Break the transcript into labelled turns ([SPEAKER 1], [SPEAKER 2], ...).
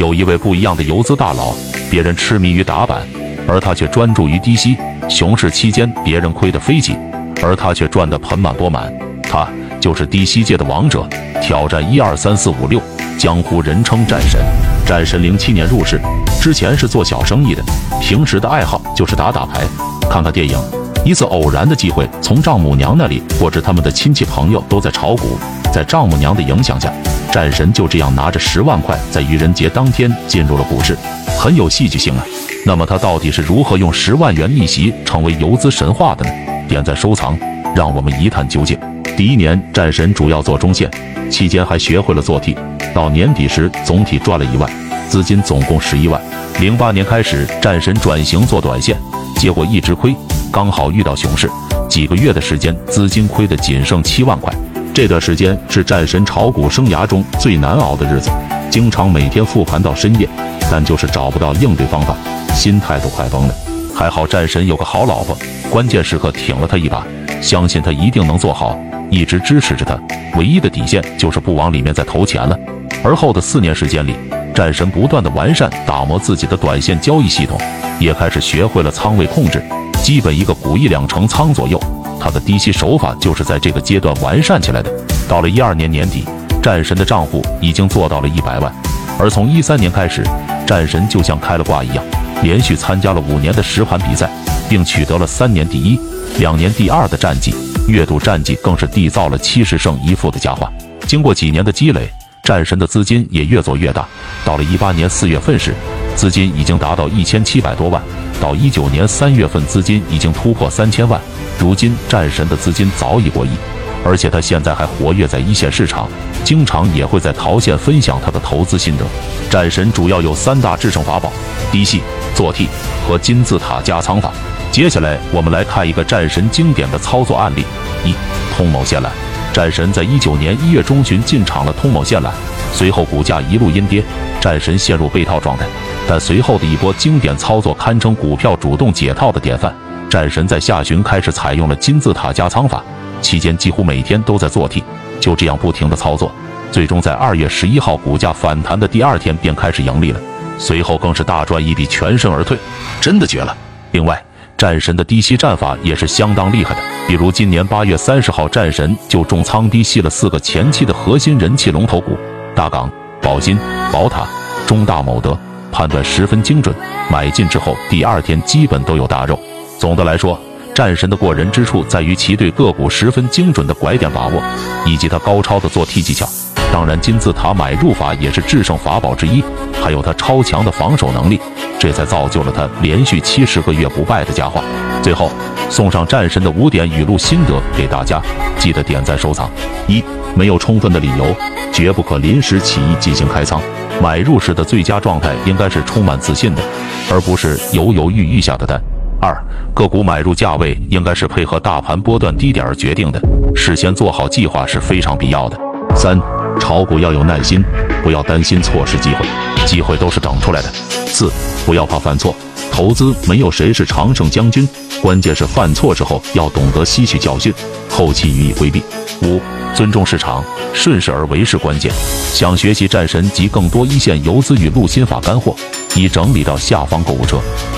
[SPEAKER 1] 有一位不一样的游资大佬，别人痴迷于打板，而他却专注于低吸。熊市期间，别人亏得飞起，而他却赚得盆满钵满。他就是低吸界的王者，挑战1234566，江湖人称战神。战神07年入市，之前是做小生意的，平时的爱好就是打打牌、看看电影。一次偶然的机会，从丈母娘那里获知他们的亲戚朋友都在炒股，在丈母娘的影响下，战神就这样拿着10万块，在愚人节当天进入了股市，很有戏剧性啊。那么他到底是如何用10万元逆袭成为游资神话的呢？点赞收藏，让我们一探究竟。第1年，战神主要做中线，期间还学会了做 T， 到年底时总体赚了1万，资金总共11万。08年开始，战神转型做短线，结果一直亏，刚好遇到熊市，几个月的时间，资金亏得仅剩7万块。这段时间是战神炒股生涯中最难熬的日子，经常每天复盘到深夜，但就是找不到应对方法，心态都快崩了。还好战神有个好老婆，关键时刻挺了他一把，相信他一定能做好，一直支持着他。唯一的底线就是不往里面再投钱了。而后的4年时间里，战神不断的完善打磨自己的短线交易系统，也开始学会了仓位控制，基本一个股1、2成仓左右。他的低吸手法就是在这个阶段完善起来的。到了12年年底，战神的账户已经做到了100万。而从13年开始，战神就像开了挂一样，连续参加了5年的实盘比赛，并取得了3年第1、2年第2的战绩，月度战绩更是缔造了70胜1负的佳话。经过几年的积累，战神的资金也越做越大。到了18年4月份时，资金已经达到1700多万，到19年3月份，资金已经突破3000万。如今战神的资金早已过亿，而且他现在还活跃在一线市场，经常也会在淘线分享他的投资心得。战神主要有3大制胜法宝：低吸、做 T 和金字塔加仓法。接下来我们来看一个战神经典的操作案例。1. 通某线缆。战神在19年1月中旬进场了通某线缆，随后股价一路阴跌，战神陷入被套状态。但随后的一波经典操作堪称股票主动解套的典范。战神在下旬开始采用了金字塔加仓法，期间几乎每天都在做 T， 就这样不停的操作，最终在2月11号股价反弹的第2天便开始盈利了，随后更是大赚一笔，全身而退，真的绝了。另外，战神的低吸战法也是相当厉害的，比如今年8月30号，战神就重仓低吸了4个前期的核心人气龙头股：大港、宝鑫、宝塔、中大某德，判断十分精准，买进之后第2天基本都有大肉。总的来说，战神的过人之处在于其对个股十分精准的拐点把握，以及他高超的做 T 技巧。当然，金字塔买入法也是制胜法宝之一，还有他超强的防守能力，这才造就了他连续70个月不败的佳话。最后送上战神的5点语录心得给大家，记得点赞收藏。1. 没有充分的理由，绝不可临时起意进行开仓。买入时的最佳状态应该是充满自信的，而不是犹犹豫豫下的单。2. 个股买入价位应该是配合大盘波段低点而决定的，事先做好计划是非常必要的。3. 炒股要有耐心，不要担心错失机会，机会都是等出来的。4. 不要怕犯错，投资没有谁是常胜将军，关键是犯错之后要懂得吸取教训，后期予以规避。5. 尊重市场，顺势而为是关键。想学习战神及更多一线游资与陆心法干货，已整理到下方购物车。